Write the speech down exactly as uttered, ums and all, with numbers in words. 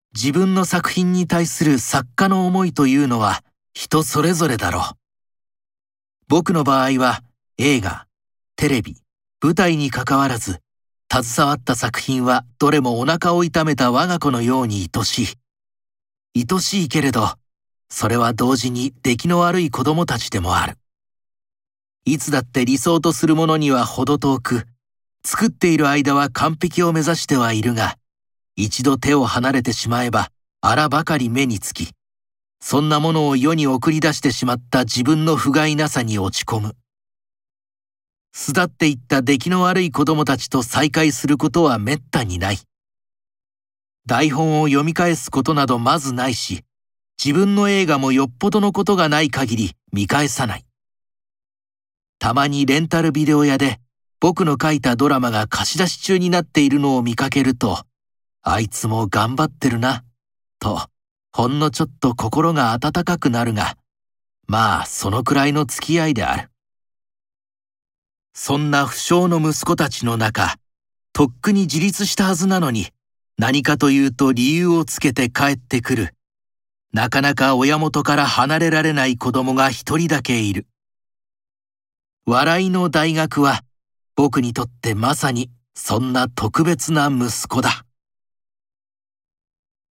自分の作品に対する作家の思いというのは人それぞれだろう。僕の場合は映画、テレビ、舞台にかかわらず、携わった作品はどれもお腹を痛めた我が子のように愛しい。愛しいけれど、それは同時に出来の悪い子供たちでもある。いつだって理想とするものには程遠く、作っている間は完璧を目指してはいるが、一度手を離れてしまえば、あらばかり目につき、そんなものを世に送り出してしまった自分の不甲斐なさに落ち込む。巣立っていった出来の悪い子供たちと再会することはめったにない。台本を読み返すことなどまずないし、自分の映画もよっぽどのことがない限り見返さない。たまにレンタルビデオ屋で僕の書いたドラマが貸し出し中になっているのを見かけると、あいつも頑張ってるな、と、ほんのちょっと心が温かくなるが、まあそのくらいの付き合いである。そんな不肖の息子たちの中、とっくに自立したはずなのに、何かというと理由をつけて帰ってくる。なかなか親元から離れられない子供が一人だけいる。笑いの大学は、僕にとってまさにそんな特別な息子だ。